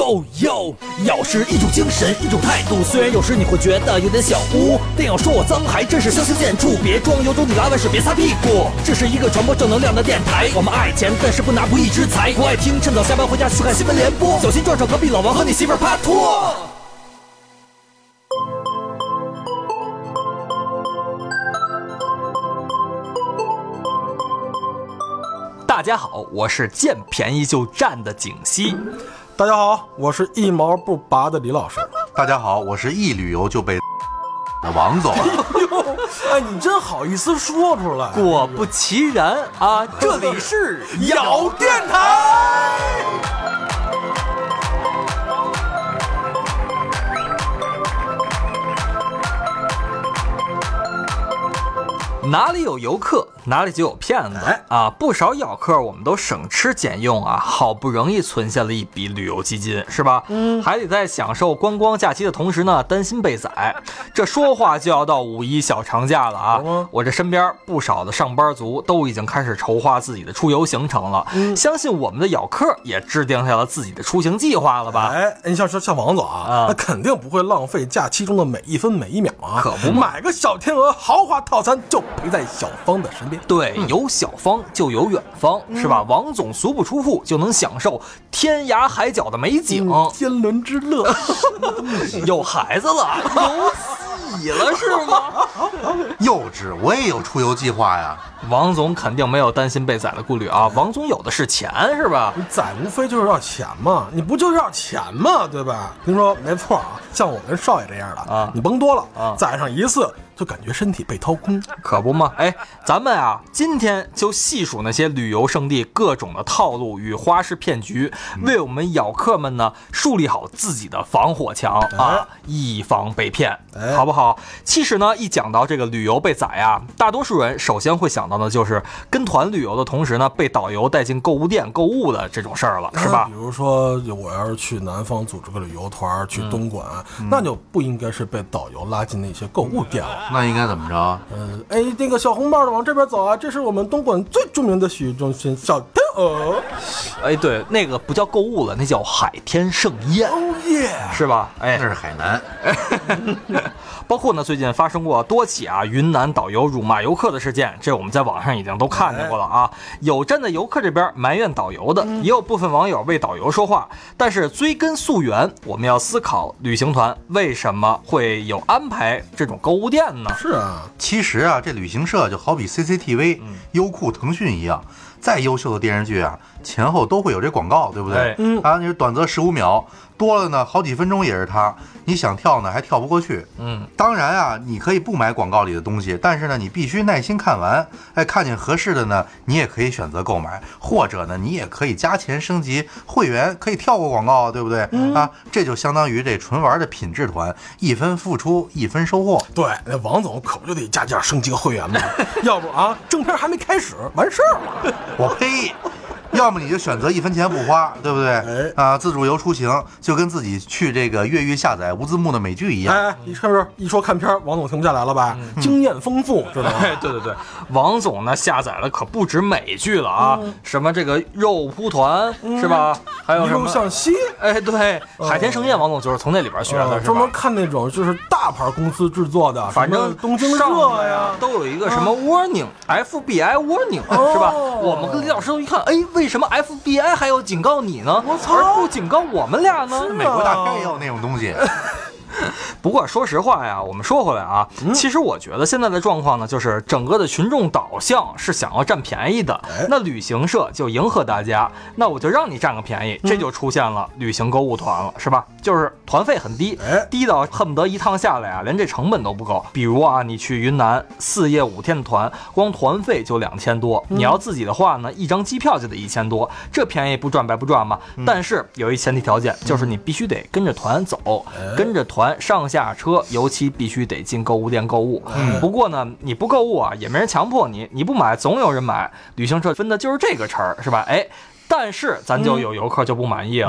哟哟，要是一种精神，一种态度。虽然有时你会觉得有点小污，但要说我脏，还真是相形见绌。别装有种你拉完屎别擦屁股。这是一个传播正能量的电台，我们爱钱，但是不拿不义之财。不爱听，趁早下班回家去看新闻联播，小心撞上隔壁老王和你媳妇趴拖。大家好，我是见便宜就占的景熙。 大家好，我是一毛不拔的李老师。 大家好，我是一旅游就被的王总。 哎，你真好意思说出来。 果不其然啊，这里是咬电台。 哪里有游客，哪里就有骗子啊！不少咬客我们都省吃俭用啊，好不容易存下了一笔旅游基金，是吧？还得在享受观光假期的同时呢，担心被宰。这说话就要到五一小长假了啊！我这身边不少的上班族都已经开始筹划自己的出游行程了。相信我们的咬客也制定下了自己的出行计划了吧？ 哎，你像王总啊，他肯定不会浪费假期中的每一分每一秒啊！ 可不嘛， 买个小天鹅豪华套餐就陪在小芳的身边。 对，有小芳就有远方，是吧？王总足不出户就能享受天涯海角的美景， 天伦之乐。 有孩子了，有喜了是吗？ 幼稚，我也有出游计划呀。 王总肯定没有担心被宰的顾虑啊，王总有的是钱，是吧？ 你宰无非就是要钱嘛，你不就是要钱嘛，对吧？听说没错啊，像我跟少爷这样的啊，你甭多了啊，宰上一次就感觉身体被掏空， 可不嘛。哎，咱们啊，今天就细数那些旅游胜地各种的套路与花式骗局，为我们咬客们呢树立好自己的防火墙啊，以防被骗，好不好？其实呢，一讲到这个旅游被宰啊，大多数人首先会想到的就是跟团旅游的同时呢，被导游带进购物店购物的这种事儿了，是吧？ 比如说，我要是去南方组织个旅游团去东莞，那就不应该是被导游拉进那些购物店了。 那应该怎么着？ 哎，那个小红帽的往这边走啊，这是我们东莞最著名的洗浴中心小天鹅。 哎，对，那个不叫购物了，那叫海天盛宴，是吧？哎， 那是海南。 包括呢，最近发生过多起啊云南导游辱骂游客的事件，这我们在网上已经都看见过了啊。有站在游客这边埋怨导游的，也有部分网友为导游说话。但是追根溯源，我们要思考旅行团为什么会有安排这种购物店呢？ 是啊， 其实啊，这旅行社就好比 CCTV、优酷、腾讯一样，再优秀的电视剧啊，前后都会有这广告，对不对？啊，你短则15秒，多了呢好几分钟也是它，你想跳呢还跳不过去。当然啊，你可以不买广告里的东西，但是呢，你必须耐心看完。哎，看见合适的呢，你也可以选择购买，或者呢，你也可以加钱升级会员，可以跳过广告，对不对？啊，这就相当于这纯玩的品质团，一分付出一分收获。 对，那王总可不就得加价升级个会员吗？要不啊，正片还没开始，完事儿了。 我呸！要么你就选择1分钱不花，对不对？啊，自助游出行就跟自己去这个越狱下载无字幕的美剧一样。 哎，你是不是一说看片，王总停不下来了吧？经验丰富，知道吗？ 对对对，王总呢下载了可不止美剧了啊，什么这个肉蒲团是吧？还有什么向西？ 哎，对，海天盛宴，王总就是从那里边学的，是吧？ 专门看那种就是大牌公司制作的， 反正东京热呀， 都有一个什么 warning，FBI warning 是吧？我们跟李老师都一看，哎，为什么 FBI 还要警告你呢？ 我操， 而不警告我们俩呢？ 美国大片也有那种东西。 不过说实话呀，我们说回来啊，其实我觉得现在的状况呢，就是整个的群众导向是想要占便宜的，那旅行社就迎合大家，那我就让你占个便宜，这就出现了旅行购物团了，是吧？就是团费很低，低到恨不得一趟下来啊，连这成本都不够。比如啊，你去云南4夜5天的团，光团费就2000多，你要自己的话呢，一张机票就得1000多，这便宜不赚白不赚嘛。但是有一前提条件，就是你必须得跟着团走，跟着团上下车，尤其必须得进购物店购物。不过呢，你不购物啊，也没人强迫你，你不买总有人买。旅行社分的就是这个成儿，是吧？哎，但是咱就有游客就不满意了。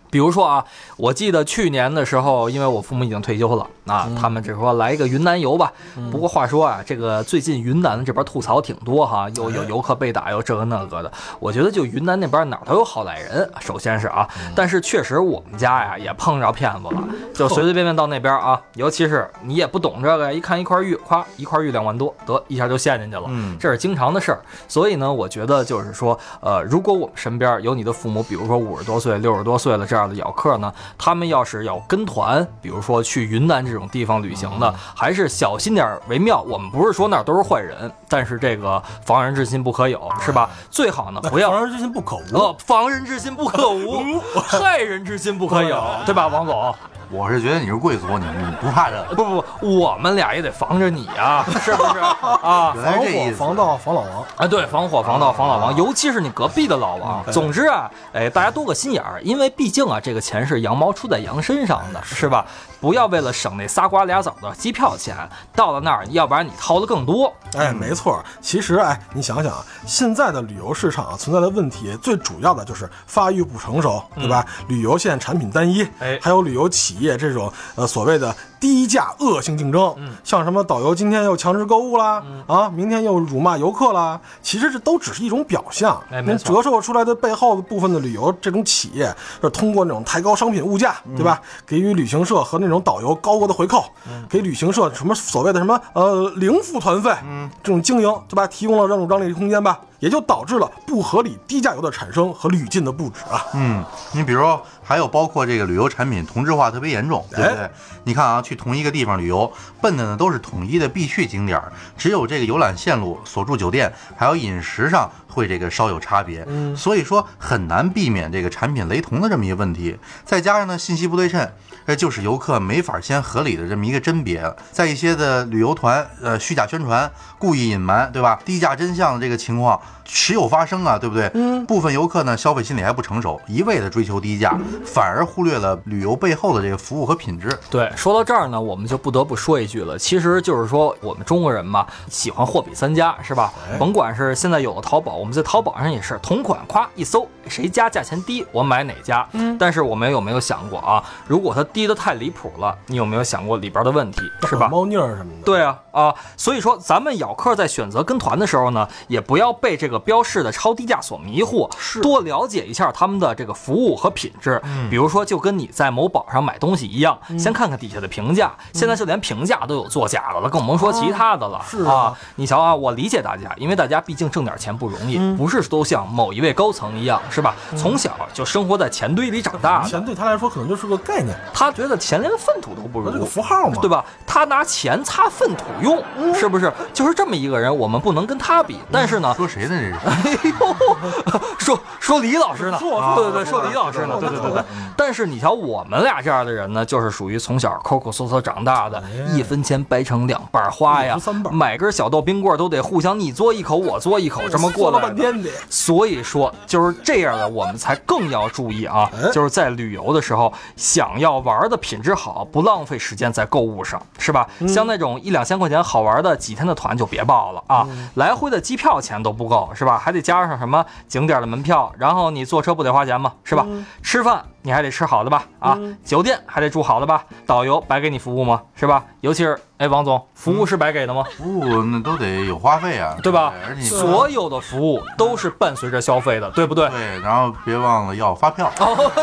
比如说啊，我记得去年的时候，因为我父母已经退休了啊，他们只说来一个云南游吧。不过话说啊，这个最近云南这边吐槽挺多哈，又有游客被打，又这个那个的。我觉得就云南那边哪儿都有好赖人，首先是啊，但是确实我们家呀也碰着骗子了，就随随便便到那边啊，尤其是你也不懂这个，一看一块玉，夸一块玉2万多，得一下就陷进去了，这是经常的事儿。所以呢，我觉得就是说，如果我们身边有你的父母，比如说50多岁、60多岁了这样的咬客呢，他们要是要跟团，比如说去云南这种地方旅行的，还是小心点为妙。我们不是说那儿都是坏人，但是这个防人之心不可有，是吧？最好呢不要防人之心不可无， 防人之心不可无，害人之心不可有，对吧，王总？ 我是觉得你是贵族，你不怕这？ 不，我们俩也得防着你啊，是不是啊？ 原来这意思， 防盗防老王啊，对，防火防盗防老王，尤其是你隔壁的老王。总之啊，大家多个心眼儿，因为毕竟啊，这个钱是羊毛出在羊身上的，是吧？不要为了省那仨瓜俩枣的机票钱，到了那儿，要不然你掏的更多。 没错。其实你想想啊，现在的旅游市场存在的问题，最主要的就是发育不成熟，对吧？旅游现在产品单一，还有旅游企业这种所谓的低价恶性竞争，像什么导游今天又强制购物啦，明天又辱骂游客啦，其实这都只是一种表象，折射出来的背后的部分的旅游这种企业是通过那种抬高商品物价，对吧？给予旅行社和那种导游高额的回扣，给旅行社什么所谓的什么零付团费，这种经营，对吧？提供了这种张力空间吧，也就导致了不合理低价游的产生和旅进的不止啊。 你比如说还有包括这个旅游产品同质化特别严重，对不对？你看啊，去同一个地方旅游，奔的呢都是统一的必去景点，只有这个游览线路、所住酒店还有饮食上会这个稍有差别，所以说很难避免这个产品雷同的这么一个问题。再加上呢信息不对称，就是游客没法先合理的这么一个甄别，在一些的旅游团虚假宣传、故意隐瞒，对吧？低价真相的这个情况时有发生啊，对不对？部分游客呢消费心理还不成熟，一味的追求低价，反而忽略了旅游背后的这个服务和品质。 对，说到这儿呢，我们就不得不说一句了，其实就是说我们中国人嘛，喜欢货比三家，是吧？甭管是现在有了淘宝，我们在淘宝上也是同款，夸一搜，谁家价钱低，我买哪家。但是我们有没有想过啊，如果它低得太离谱了，你有没有想过里边的问题，是吧？ 猫腻儿什么的。 对啊，所以说咱们咬客在选择跟团的时候呢，也不要被这个标示的超低价所迷惑，多了解一下他们的这个服务和品质。比如说，就跟你在某宝上买东西一样，先看看底下的评价。现在就连评价都有作假的了，更甭说其他的了。 是啊， 你瞧啊，我理解大家，因为大家毕竟挣点钱不容易，不是都像某一位高层一样，是吧？从小就生活在钱堆里长大的。 钱对他来说可能就是个概念， 他觉得钱连粪土都不如， 这个符号嘛， 对吧？他拿钱擦粪土用，是不是？就是这么一个人，我们不能跟他比。但是呢， 说谁呢？这是？ 哎呦，说李老师呢？对，说李老师呢？对。但是你瞧，我们俩这样的人呢，就是属于从小抠抠搜搜长大的，1分钱掰成2半花呀，买根小豆冰棍都得互相你嘬一口我嘬一口，这么过来的。所以说，就是这样的，我们才更要注意啊，就是在旅游的时候，想要玩的品质好，不浪费时间在购物上，是吧？像那种1、2千块钱好玩的几天的团就别报了啊，来回的机票钱都不够，是吧？还得加上什么景点的门票，然后你坐车不得花钱吗？是吧？吃饭你还得吃好的吧？啊，酒店还得住好的吧？导游白给你服务吗？是吧？尤其是王总，服务是白给的吗？ 服务那都得有花费啊， 对吧？ 而且所有的服务都是伴随着消费的，对不对？ 对，然后别忘了要发票。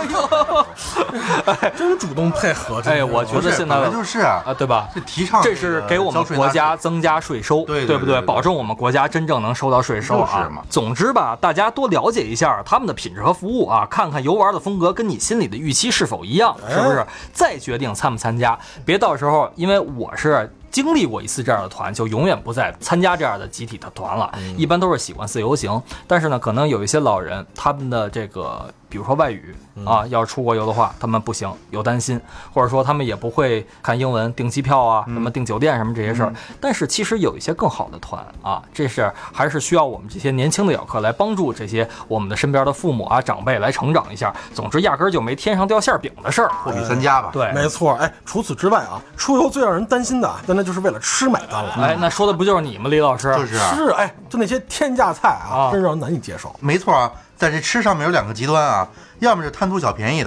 真主动配合。 我觉得现在就是啊， 对吧？ 这提倡这是给我们国家增加税收，对不对？保证我们国家真正能收到税收啊。总之吧，大家多了解一下他们的品质和服务啊，看看游玩的风格跟你心里的预期是否一样，是不是？再决定参不参加，别到时候因为我是经历过一次这样的团，就永远不再参加这样的集体的团了。一般都是喜欢自由行，但是呢，可能有一些老人，他们的这个，比如说外语啊，要出国游的话，他们不行，有担心，或者说他们也不会看英文，订机票啊，什么订酒店什么这些事儿。但是其实有一些更好的团啊，这是还是需要我们这些年轻的游客来帮助这些我们的身边的父母啊、长辈来成长一下。总之，压根儿就没天上掉馅饼的事儿， 货比三家吧。 对， 没错。除此之外啊，出游最让人担心的，那就是为了吃买单了。 那说的不就是你吗，李老师？ 就是就那些天价菜啊，真让人难以接受。 没错啊，在这吃上面有2个极端啊，要么是贪图小便宜的，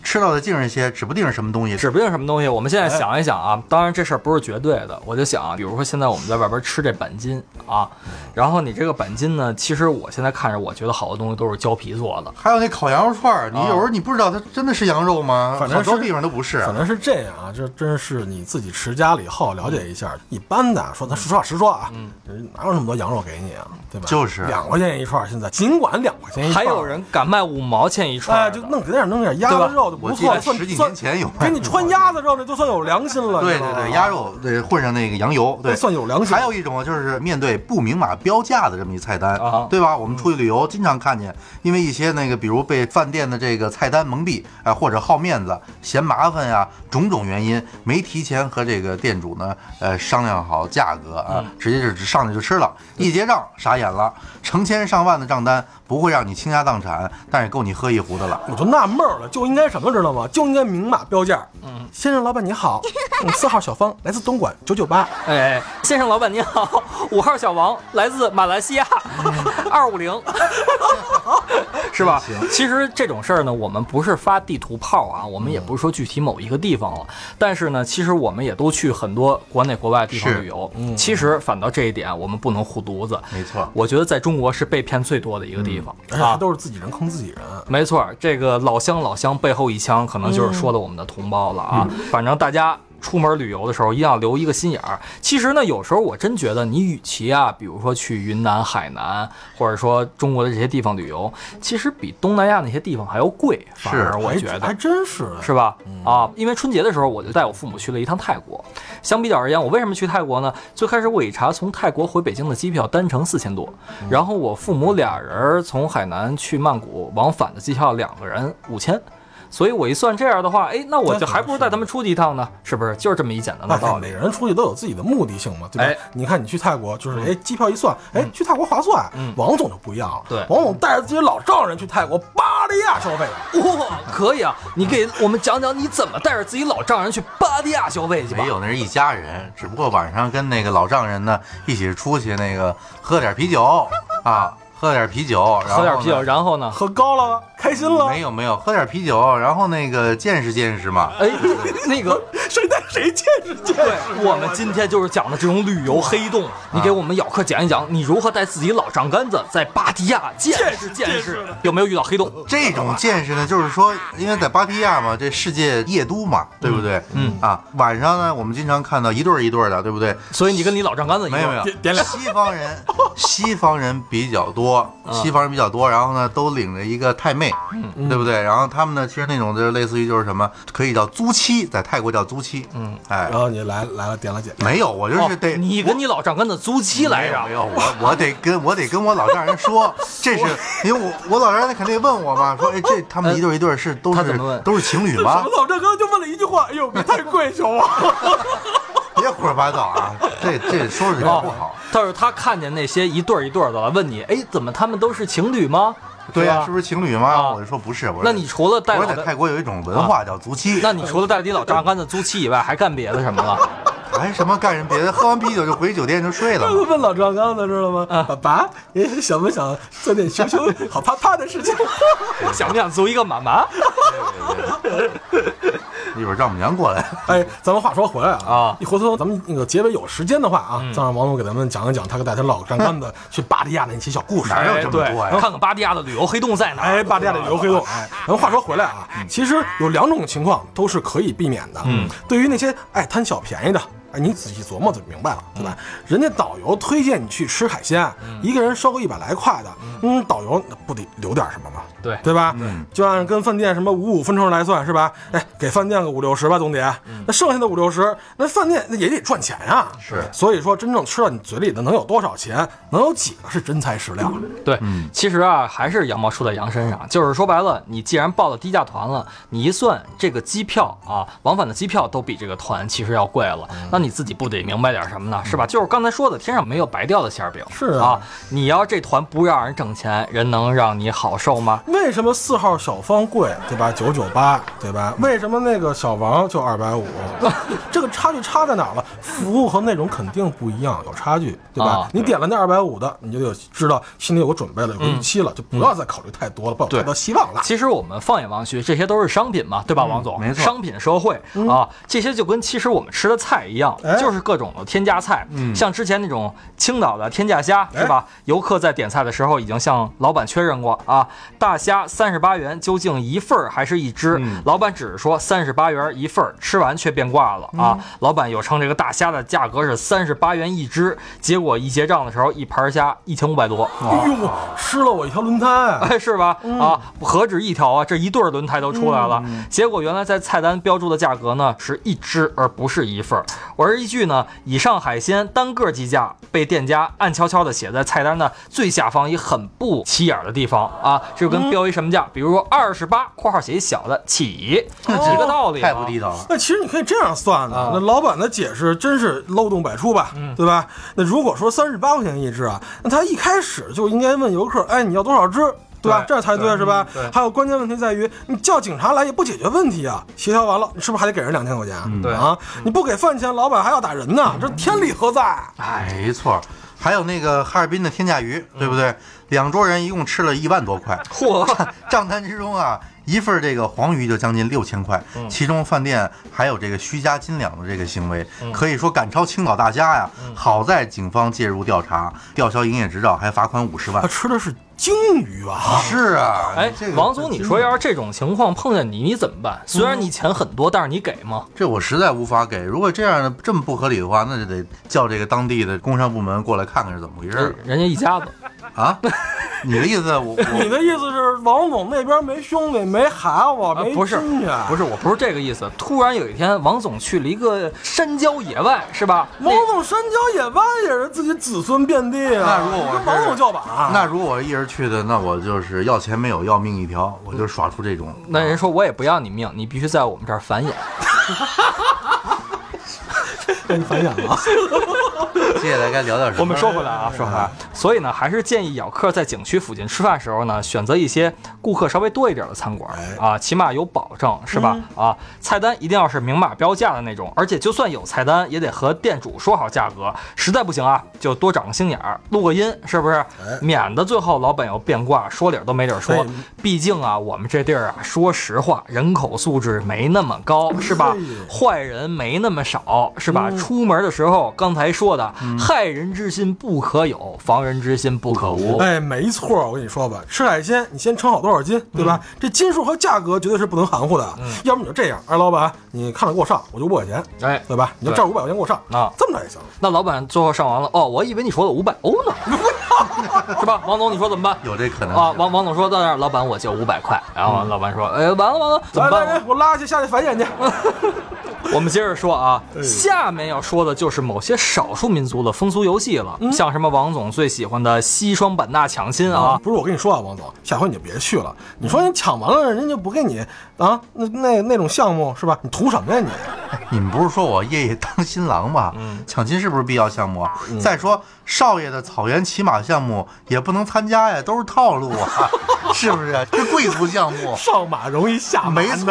吃到的净是些指不定是什么东西， 指不定什么东西。我们现在想一想啊，当然这事儿不是绝对的，我就想，比如说现在我们在外边吃这板筋啊，然后你这个板筋呢，其实我现在看着，我觉得好多东西都是胶皮做的。 还有那烤羊肉串，你有时候你不知道它真的是羊肉吗？ 反正好多地方都不是。 反正是这样啊，这真是你自己持家了以后了解一下。一般的说，咱实说啊，哪有那么多羊肉给你啊，对吧？ 就是 2块钱一串，现在尽管2块钱一串， 还有人敢卖5毛钱一串， 就弄点鸭子肉就不错， 算10几年前有给你穿鸭子肉，那都算有良心了。 对，鸭肉混上那个羊油，对， 算有良心。 还有一种就是面对不明码标价的这么一菜单，对吧？我们出去旅游经常看见，因为一些那个比如被饭店的这个菜单蒙蔽，或者好面子、嫌麻烦呀，种种原因没提前和这个店主呢商量好价格啊，直接只上去就吃了，一结账傻眼了，成千上万的账单不会让你倾家荡产，但是够你喝一壶的了。 我就纳闷了，就应该什么知道吗？就应该明码标价。先生老板你好，4号小芳来自东莞998。 哎，先生老板你好，5号小王来自马来西亚250，是吧？其实这种事儿呢，我们不是发地图炮啊，我们也不是说具体某一个地方了，但是呢，其实我们也都去很多国内国外地方旅游。其实反倒这一点，我们不能护犊子。 没错， 我觉得在中国是被骗最多的一个地方， 而且都是自己人坑自己人。 没错，这个老乡背后一枪，可能就是说的我们的同胞了啊。反正大家出门旅游的时候一定要留一个心眼儿。其实呢，有时候我真觉得，你与其啊，比如说去云南、海南，或者说中国的这些地方旅游，其实比东南亚那些地方还要贵。反而我觉得还真是， 是吧？啊，因为春节的时候我就带我父母去了一趟泰国。相比较而言，我为什么去泰国呢？最开始我一查，从泰国回北京的机票单程4000多，然后我父母俩人从海南去曼谷往返的机票2个人5000。所以我一算这样的话，哎，那我就还不如带他们出去一趟呢，是不是？就是这么一简单的道理。 每个人出去都有自己的目的性嘛，对吧？你看你去泰国，就是机票一算，去泰国划算。王总就不一样了， 对， 王总带着自己老丈人去泰国巴利亚消费。 哇，可以啊！你给我们讲讲你怎么带着自己老丈人去巴利亚消费去吧？ 没有，那是一家人，只不过晚上跟那个老丈人呢一起出去那个喝点啤酒啊。喝点啤酒， 然后呢？ 喝高了，开心了？ 没有，喝点啤酒，然后那个见识嘛。 哎，那个谁带谁见识？ 对，我们今天就是讲的这种旅游黑洞，你给我们咬客讲一讲，你如何带自己老丈杆子在芭提雅见识，有没有遇到黑洞？ 这种见识呢，就是说，因为在芭提雅嘛，这世界夜都嘛，对不对？晚上呢，我们经常看到一对一对的，对不对？ 所以你跟你老丈杆子一没有点俩。 西方人比较多。然后呢，都领着一个太妹，对不对？然后他们呢，其实那种就类似于就是什么，可以叫租妻，在泰国叫租妻。 然后你来了，点了姐。 没有，我就是得你跟你老丈杆子租妻来着。 没有，我得跟我老丈人说，这是因为我老丈人肯定问我嘛，说这他们一对是都是情侣吗？ 我老丈刚就问了一句话，哎呦，别太贵，小王。 别胡说八道啊！这说是不好。 但是他看见那些一对的来问你，哎，怎么他们都是情侣吗？ 对呀，是不是情侣吗？我就说不是。 那你除了带我在泰国有一种文化叫租妻。 那你除了带你老丈杆子租妻以外，还干别的什么了？ 什么干人别的？喝完啤酒就回酒店就睡了。 问老丈杆子知道吗？爸爸，你想不想做点羞羞好啪啪的事情？ 想不想租一个妈妈？ 一会儿丈母娘过来。 咱们话说回来啊，一回头咱们那个结尾有时间的话啊，再让王总给咱们讲一讲他带他老丈杆子去芭提雅的那些小故事。 哪有这么多呀？ 看看芭提雅的旅游黑洞在哪？ 芭提雅的旅游黑洞。咱们话说回来啊，其实有2种情况都是可以避免的。对于那些爱贪小便宜的。你仔细琢磨就明白了，对吧？人家导游推荐你去吃海鲜，一个人收个100来块的，导游不得留点什么吗？对吧？就按跟饭店什么55分成来算，是吧？给饭店个50-60吧，总得。那剩下的50-60，那饭店也得赚钱呀。 是， 所以说真正吃到你嘴里的能有多少钱？能有几个是真材实料？ 对，其实啊，还是羊毛出在羊身上。就是说白了，你既然报了低价团了，你一算这个机票啊，往返的机票都比这个团其实要贵了。那那你自己不得明白点什么呢？是吧？就是刚才说的，天上没有白掉的馅饼。 是啊，你要这团不让人挣钱，人能让你好受吗？ 为什么4号小方贵，对吧？998，对吧？为什么那个小王就250？这个差距差在哪儿了？服务和内容肯定不一样，有差距，对吧？你点了那250的，你就得知道心里有个准备了，有个预期了，就不要再考虑太多了，抱有太多希望了。 其实我们放眼望去，这些都是商品嘛，对吧，王总？ 没错， 商品社会啊，这些就跟其实我们吃的菜一样，就是各种的添加菜。像之前那种青岛的天价虾，是吧？游客在点菜的时候已经向老板确认过啊，大虾38元，究竟一份还是一只？老板只是说38元一份，吃完却变卦了啊。老板有称这个大虾的价格是38元一只，结果一结账的时候，一盘虾1500多。 哎呦，吃了我一条轮胎， 哎，是吧？啊，何止一条啊，这一对轮胎都出来了。结果原来在菜单标注的价格呢是一只，而不是一份。而依据呢，以上海鲜单个计价被店家暗悄悄的写在菜单的最下方一很不起眼的地方啊，这就跟标一什么价，比如说28（括号写一小的起），一个道理， 太不地道了。 那其实你可以这样算的，那老板的解释真是漏洞百出吧，对吧？那如果说38块钱一只啊，那他一开始就应该问游客，哎，你要多少只？对吧？这才对是吧？还有关键问题在于，你叫警察来也不解决问题啊！协调完了，你是不是还得给人2000块钱？ 对啊，你不给饭钱，老板还要打人呢，这天理何在？ 没错。还有那个哈尔滨的天价鱼，对不对？2桌人一共吃了1万多块，账单之中啊，一份这个黄鱼就将近6000块，其中饭店还有这个虚加斤两的这个行为，可以说赶超青岛大虾呀。好在警方介入调查，吊销营业执照，还罚款50万。 他吃的是鲸鱼吧？ 是啊， 哎，王总，你说要是这种情况碰见你怎么办？虽然你钱很多，但是你给吗？ 这我实在无法给。如果这样的这么不合理的话，那就得叫这个当地的工商部门过来看看是怎么回事。 人家一家子啊？你的意思你的意思是王总那边没兄弟没孩子没亲戚？ 不是，我不是这个意思。突然有一天，王总去了一个山郊野外，是吧？ 王总山郊野外也是自己子孙遍地啊。 那如果我跟王总叫板， 那如果我一人去的，那我就是要钱没有，要命一条，我就耍出这种。 那人说我也不要你命，你必须在我们这儿繁衍。 跟你繁衍了。 接下来该聊点什么？ 我们说回来啊，说回来，所以呢，还是建议咬客在景区附近吃饭时候呢，选择一些顾客稍微多一点的餐馆啊，起码有保证，是吧？啊，菜单一定要是明码标价的那种，而且就算有菜单，也得和店主说好价格。实在不行啊，就多长个心眼儿，录个音，是不是？免得最后老板要变卦，说理儿都没理儿说。毕竟啊，我们这地儿啊，说实话，人口素质没那么高，是吧？坏人没那么少，是吧？出门的时候，刚才说的，害人之心不可有，防人之心不可无。 哎，没错，我跟你说吧，吃海鲜你先称好多少斤，对吧？这斤数和价格绝对是不能含糊的。要不你就这样，老板，你看了给我上，我就5块钱， 哎， 对吧？你就这500块钱给我上啊， 这么着也行。 那老板最后上完了，哦，我以为你说的500欧呢，是吧？王总，你说怎么办？ 有这可能啊？王总说到那儿，老板我就500块，然后老板说，哎，完了，怎么办？ 来，我拉去下去繁衍去。 我们接着说啊，下面要说的就是某些少数民族的风俗游戏了，像什么王总最喜欢的西双版纳抢亲啊。 不是，我跟你说啊，王总，下回你就别去了。你说你抢完了，人家就不给你啊，那种项目是吧？你图什么呀你？ 你们不是说我夜夜当新郎吗？抢亲是不是必要项目啊？再说少爷的草原骑马项目也不能参加呀，都是套路啊，是不是？这贵族项目， 上马容易下马没错。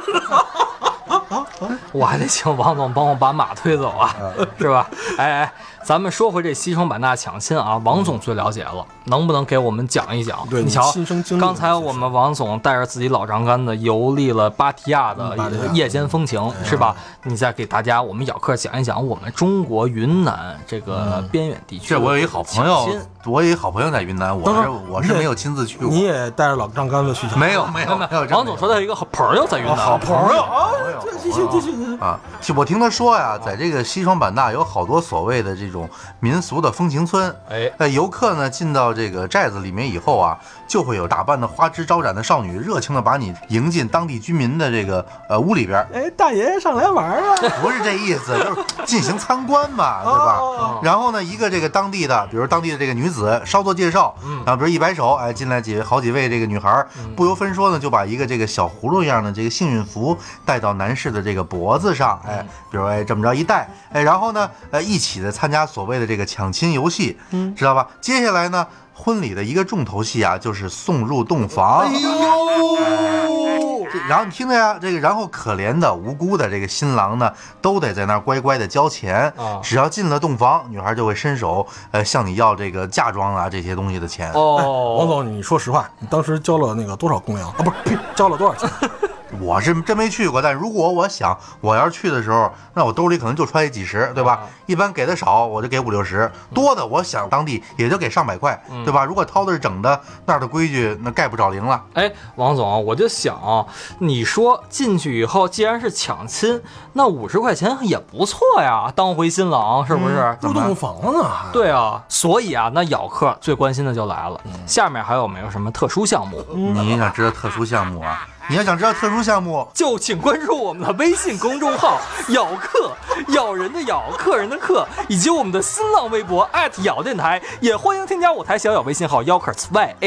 我还得请王总帮我把马推走啊，是吧？哎，咱们说回这西双版纳抢亲啊，王总最了解了，能不能给我们讲一讲？ 对， 你瞧，刚才我们王总带着自己老丈杆子游历了芭提雅的夜间风情，是吧？你再给大家我们咬客讲一讲我们中国云南这个边远地区。 这我有一好朋友，在云南，我是没有亲自去过。 你也带着老丈杆子去？ 没有。 王总说他有一个好朋友在云南， 好朋友啊，这啊，我听他说呀，在这个西双版纳有好多所谓的这种民俗的风情村。游客呢进到这个寨子里面以后啊，就会有打扮的花枝招展的少女热情的把你迎进当地居民的这个屋里边。 大爷爷上来玩啊！ 不是这意思，就是进行参观嘛，对吧？然后呢，一个这个当地的，比如当地的这个女子稍作介绍，然后比如一摆手，进来好几位这个女孩，不由分说呢，就把一个这个小葫芦一样的这个幸运符戴到男士的这个脖子上，比如这么着一戴，然后呢，一起的参加所谓的这个抢亲游戏，知道吧？接下来呢，婚礼的一个重头戏啊，就是送入洞房。然后你听着呀，这个然后可怜的无辜的这个新郎呢，都得在那儿乖乖的交钱。只要进了洞房，女孩就会伸手向你要这个嫁妆啊这些东西的钱。 王总，你说实话，你当时交了那个多少公粮啊？不是，交了多少钱？ 我是真没去过，但如果我想我要是去的时候，那我兜里可能就揣几十，对吧？一般给的少我就给50、60，多的我想当地也就给上百块，对吧？如果掏的是整的，那儿的规矩那概不着零了。 王总，我就想，你说进去以后既然是抢亲，那50块钱也不错呀，当回新郎是不是？ 入洞房呢？ 对啊，所以啊，那咬客最关心的就来了，下面还有没有什么特殊项目？ 你也想知道特殊项目啊？你要想知道特殊项目， 就请关注我们的微信公众号“咬客”，咬人的咬，客人的客，以及我们的新浪微博咬电台，也欢迎添加我台小咬微信号Yaokers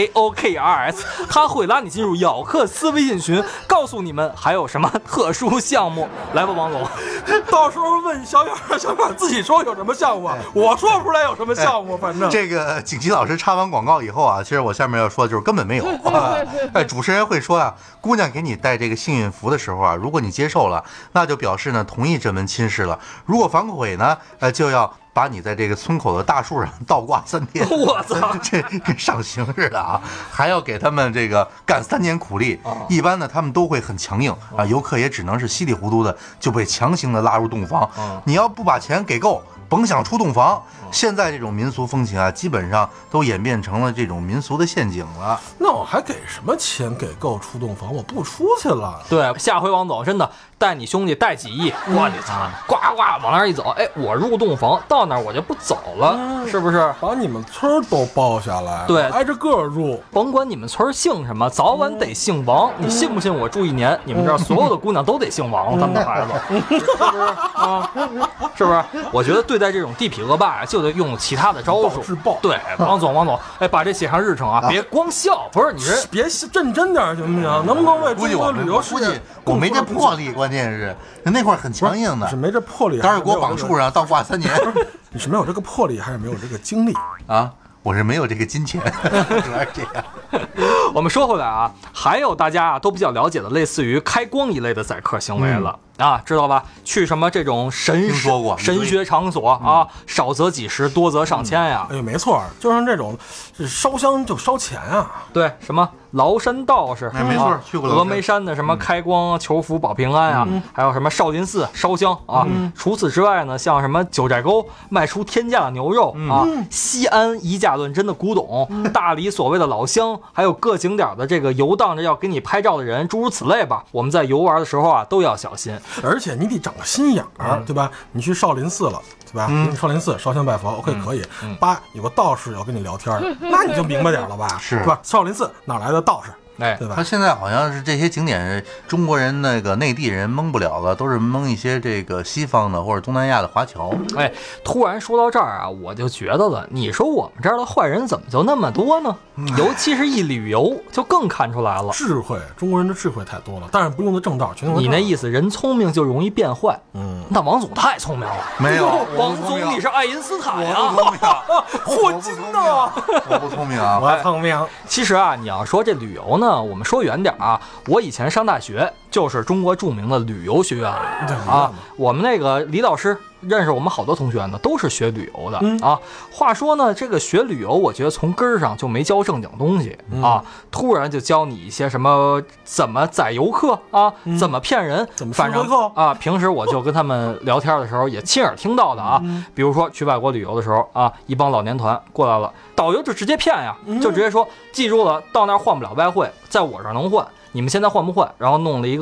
YAOKRS，他会拉你进入咬客私微信群，告诉你们还有什么特殊项目。来吧，王总， 到时候问小马自己说有什么项目，我说不出来有什么项目，反正这个景琦老师插完广告以后啊，其实我下面要说的就是根本没有。主持人会说啊，姑娘给你带这个幸运符的时候啊，如果你接受了，那就表示呢同意这门亲事了；如果反悔呢，就要把你在这个村口的大树上倒挂3天。 我操， 这跟上刑似的啊！还要给他们这个干3年苦力。一般呢，他们都会很强硬啊，游客也只能是稀里糊涂的就被强行的拉入洞房。你要不把钱给够，甭想出洞房。现在这种民俗风情啊，基本上都演变成了这种民俗的陷阱了。 那我还给什么钱给够出洞房？我不出去了。 对，下回王总真的带你兄弟带几亿，我的操，呱呱往那儿一走，我入洞房，到那儿我就不走了，是不是？ 把你们村都包下来， 对， 挨着个入， 甭管你们村姓什么，早晚得姓王。你信不信我住1年，你们这儿所有的姑娘都得姓王，他们的孩子，是不是啊？是不是？我觉得对待这种地痞恶霸就得用其他的招数。对，王总，把这写上日程啊，别光笑，不是你这别认真点行不行？能不能为中国旅游事业？ 我没这魄力，关键是那块很强硬的， 是没这魄力， 当然给我绑树上倒挂3年。 你是没有这个魄力，还是没有这个精力啊？我是没有这个金钱，主要是这样。 我们说回来啊，还有大家都比较了解的，类似于开光一类的宰客行为了。知道吧？去什么这种神学场所啊，少则几十，多则上千呀。 没错，就像这种烧香就烧钱啊。 对，什么崂山道士， 没错，去过峨眉山的什么开光求福保平安啊，还有什么少林寺烧香啊。除此之外呢，像什么九寨沟卖出天价的牛肉啊，西安以假乱真的古董，大理所谓的老乡，还有各景点的这个游荡着要给你拍照的人，诸如此类吧。我们在游玩的时候啊，都要小心。 而且你得长个心眼儿，对吧？你去少林寺了，对吧？少林寺烧香拜佛 ，OK 可以。有个道士要跟你聊天，那你就明白点了吧？ 是吧？少林寺哪来的道士？对吧？ 他现在好像是这些景点，中国人那个内地人蒙不了了，都是蒙一些这个西方的或者东南亚的华侨。 突然说到这儿啊，我就觉得了，你说我们这儿的坏人怎么就那么多呢？尤其是一旅游，就更看出来了。 智慧，中国人的智慧太多了，但是不用的正道，全用。 你那意思，人聪明就容易变坏？那王总太聪明了。 没有， 王总你是爱因斯坦呀？ 我不聪明， 霍金呢？ 我不聪明啊， 我聪明。 其实啊，你要说这旅游呢，我们说远点啊，我以前上大学就是中国著名的旅游学院啊，我们那个李老师认识我们好多同学呢，都是学旅游的啊。话说呢，这个学旅游，我觉得从根儿上就没教正经东西啊，突然就教你一些什么怎么宰游客啊，怎么骗人， 怎么反正啊，平时我就跟他们聊天的时候也亲耳听到的啊。比如说去外国旅游的时候啊，一帮老年团过来了，导游就直接骗呀，就直接说记住了，到那儿换不了外汇，在我这儿能换。你们现在换不换？然后弄了一个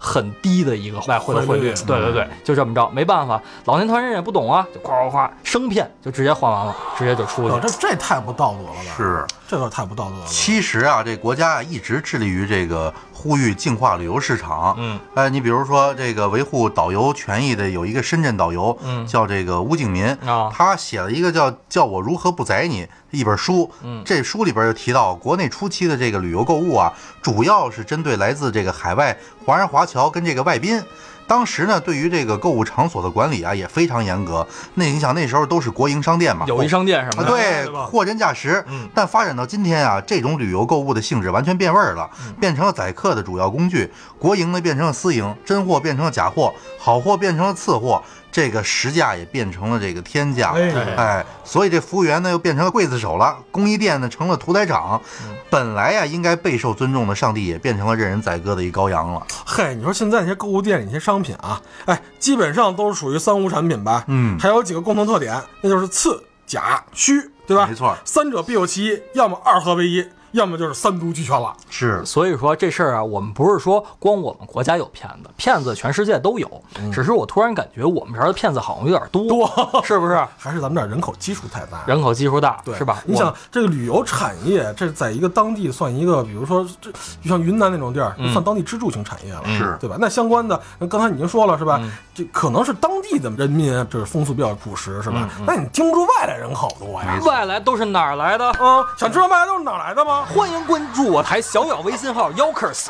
很低的一个外汇的汇率。对，就这么着，没办法，老年团人也不懂啊，就夸生骗就直接换完了，直接就出去。 这太不道德了吧？ 是， 这个太不道德了。 其实啊，这国家一直致力于这个呼吁净化旅游市场。你比如说这个维护导游权益的有一个深圳导游，叫这个邬敬民啊，他写了一个叫我如何不宰你一本书。这书里边就提到，国内初期的这个旅游购物啊，主要是针对来自这个海外华人华侨跟这个外宾。当时呢，对于这个购物场所的管理啊也非常严格。你想那时候都是国营商店嘛， 友谊商店什么的， 对，货真价实。但发展到今天啊，这种旅游购物的性质完全变味儿了，变成了宰客的主要工具。国营呢变成了私营，真货变成了假货，好货变成了次货。这个实价也变成了这个天价，所以这服务员呢又变成了刽子手了，工艺店呢成了屠宰场。本来呀应该备受尊重的上帝也变成了任人宰割的一羔羊了。 嘿，你说现在那些购物店里那些商品啊，基本上都是属于三无产品吧？还有几个共同特点，那就是次、假、虚，对吧？ 没错， 三者必有其一，要么二合为一，要么就是三都俱全了。 是， 所以说这事儿啊，我们不是说光我们国家有骗子，骗子全世界都有，只是我突然感觉我们这儿的骗子好像有点多，是不是？ 还是咱们这儿人口基数太大， 人口基数大， 对， 是吧？ 你想这个旅游产业，这在一个当地算一个，比如说这就像云南那种地儿，算当地支柱型产业了， 是对吧？那相关的，刚才已经说了，是吧？这可能是当地的人民，就是风俗比较朴实，是吧？那你经不住外来人口多呀？ 外来都是哪儿来的？ 想知道外来都是哪儿来的吗？ 欢迎关注我台小咬微信号 Yaokers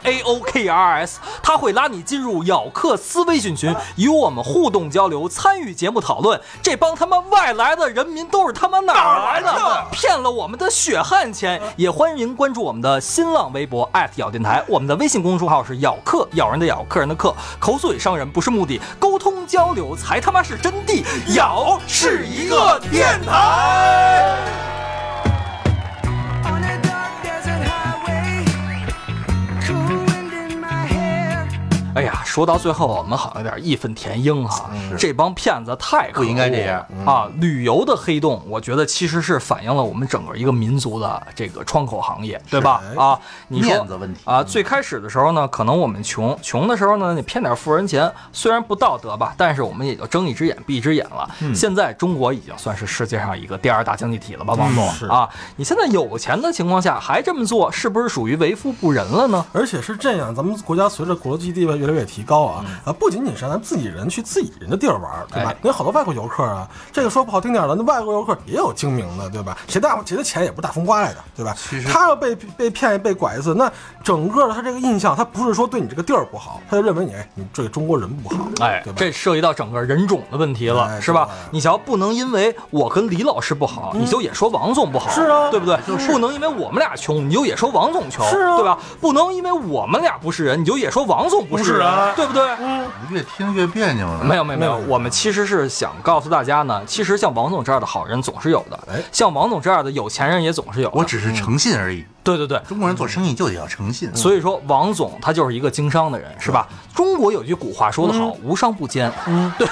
YAOKRS， 他会拉你进入咬克斯微信群，与我们互动交流，参与节目讨论。这帮他妈外来的人民都是他妈哪儿来的？骗了我们的血汗钱！也欢迎关注我们的新浪微博咬电台，我们的微信公众号是咬客，咬人的咬，客人的客，口嘴伤人不是目的，沟通交流才他妈是真谛。咬是一个电台。哎呀，说到最后，我们好像有点义愤填膺哈。这帮骗子太可恶了， 不应该这样啊！旅游的黑洞，我觉得其实是反映了我们整个一个民族的这个窗口行业，对吧？啊，你说面子问题啊，最开始的时候呢，可能我们穷的时候呢，你骗点富人钱，虽然不道德吧，但是我们也就睁一只眼闭一只眼了。现在中国已经算是世界上一个第二大经济体了吧，王总啊？你现在有钱的情况下还这么做，是不是属于为富不仁了呢？ 而且是这样，咱们国家随着国际地位越来越提高啊，不仅仅是咱自己人去自己人的地儿玩，对吧？有好多外国游客啊，这个说不好听点的，那外国游客也有精明的，对吧？谁的钱也不是大风刮来的，对吧？他要被骗被拐一次，那整个的他这个印象，他不是说对你这个地儿不好，他就认为你这个中国人不好，对吧？ 这涉及到整个人种的问题了，是吧？你瞧，不能因为我跟李老师不好，你就也说王总不好， 是啊， 对不对？不能因为我们俩穷，你就也说王总穷， 是啊， 对吧？不能因为我们俩不是人，你就也说王总不是人，对不对？ 越听越别扭了。 没有，我们其实是想告诉大家呢，其实像王总这样的好人总是有的，像王总这样的有钱人也总是有的。 我只是诚信而已。 对， 中国人做生意就得要诚信。 所以说，王总他就是一个经商的人，是吧？中国有句古话说得好，无商不奸。对。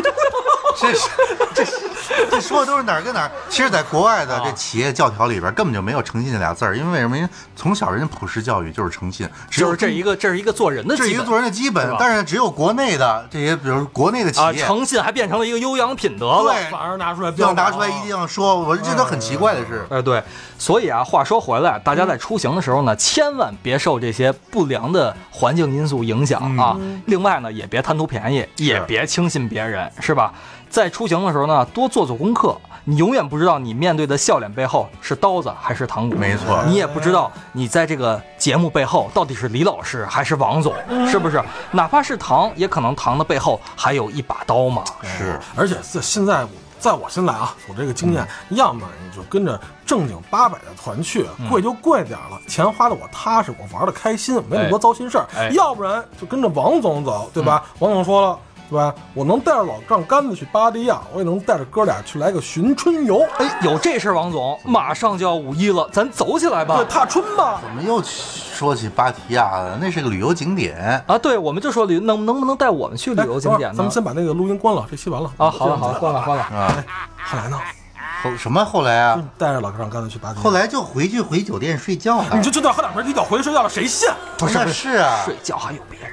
这说的都是哪儿跟哪儿？其实，在国外的这企业教条里边，根本就没有诚信这俩字儿，因为什么？因为从小人家普世教育就是诚信， 就是这是一个做人的基本， 这是一个做人的基本。但是只有国内的这些，比如国内的企业， 诚信还变成了一个优良品德了， 对，反而拿出来一定要说，我这都很奇怪的事。 对，所以啊，话说回来，大家在出行的时候呢，千万别受这些不良的环境因素影响啊。另外呢，也别贪图便宜，也别轻信别人，是吧？在出行的时候呢，多做功课。你永远不知道你面对的笑脸背后是刀子还是糖果， 没错。 你也不知道你在这个节目背后到底是李老师还是王总，是不是？哪怕是糖，也可能糖的背后还有一把刀嘛。 是， 而且现在在我现在啊，我这个经验，要么你就跟着正经800的团去，贵就贵点了，钱花的我踏实，我玩的开心，没那么多糟心事儿。要不然就跟着王总走，对吧？王总说了。对吧？我能带着老丈杆子去巴迪亚，我也能带着哥俩去来个寻春游。 有这事儿，王总，马上就要5一了，咱走起来吧， 对，踏春吧。 怎么又说起芭提雅了？那是个旅游景点啊。对，我们就说能不能带我们去旅游景点呢？ 咱们先把那个录音关了，这期完了啊。好了，关了啊。 后来呢？ 什么后来啊？ 带着老丈杆子去巴迪亚。 后来就回酒店睡觉了。 你就知道喝2瓶啤酒回去睡觉了，谁信？ 不是啊， 睡觉还有别人。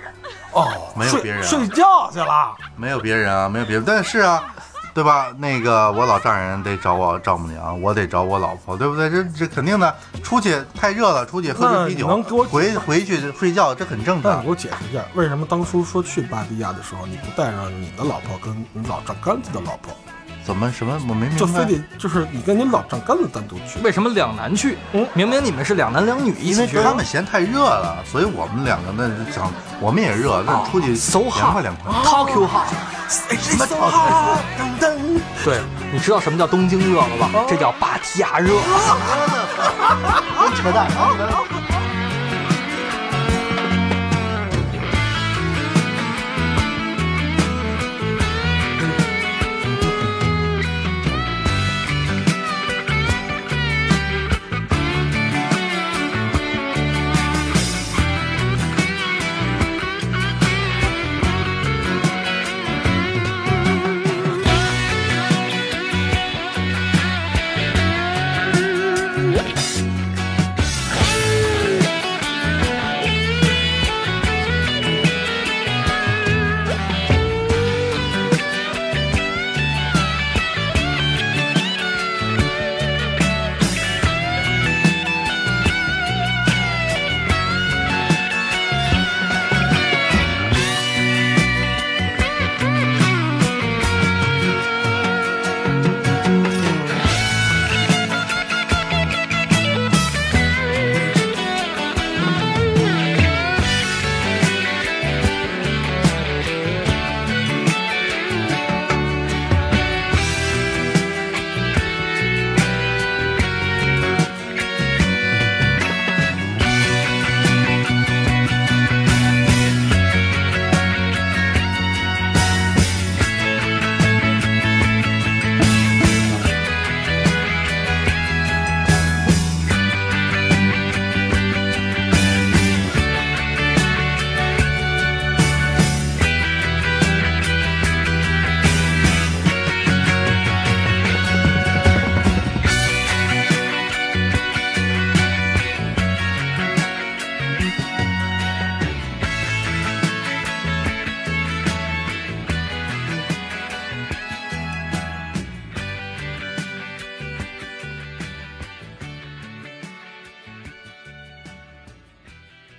哦， 没有别人、啊， 睡觉去了， 没有别人啊，没有别人，但是啊。对吧？那个我老丈人得找我丈母娘，我得找我老婆，对不对？这肯定的。出去太热了，出去喝杯啤酒，回去睡觉，这很正常。 那你给我解释一下，为什么当初说去巴迪亚的时候，你不带上你的老婆跟你老丈杆子的老婆？ 怎么什么？我没明白。 就非得就是你跟你老丈杆子单独去？ 为什么两男去？明明你们是2男2女一起去。 因为他们嫌太热了，所以我们2个呢想，我们也热，那出去凉快凉快。 Tokyo hot， 什么 Tokyo hot？ 对，你知道什么叫东京热了吧？这叫芭提雅热。 真扯淡。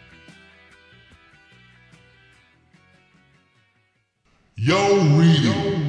Yo reading.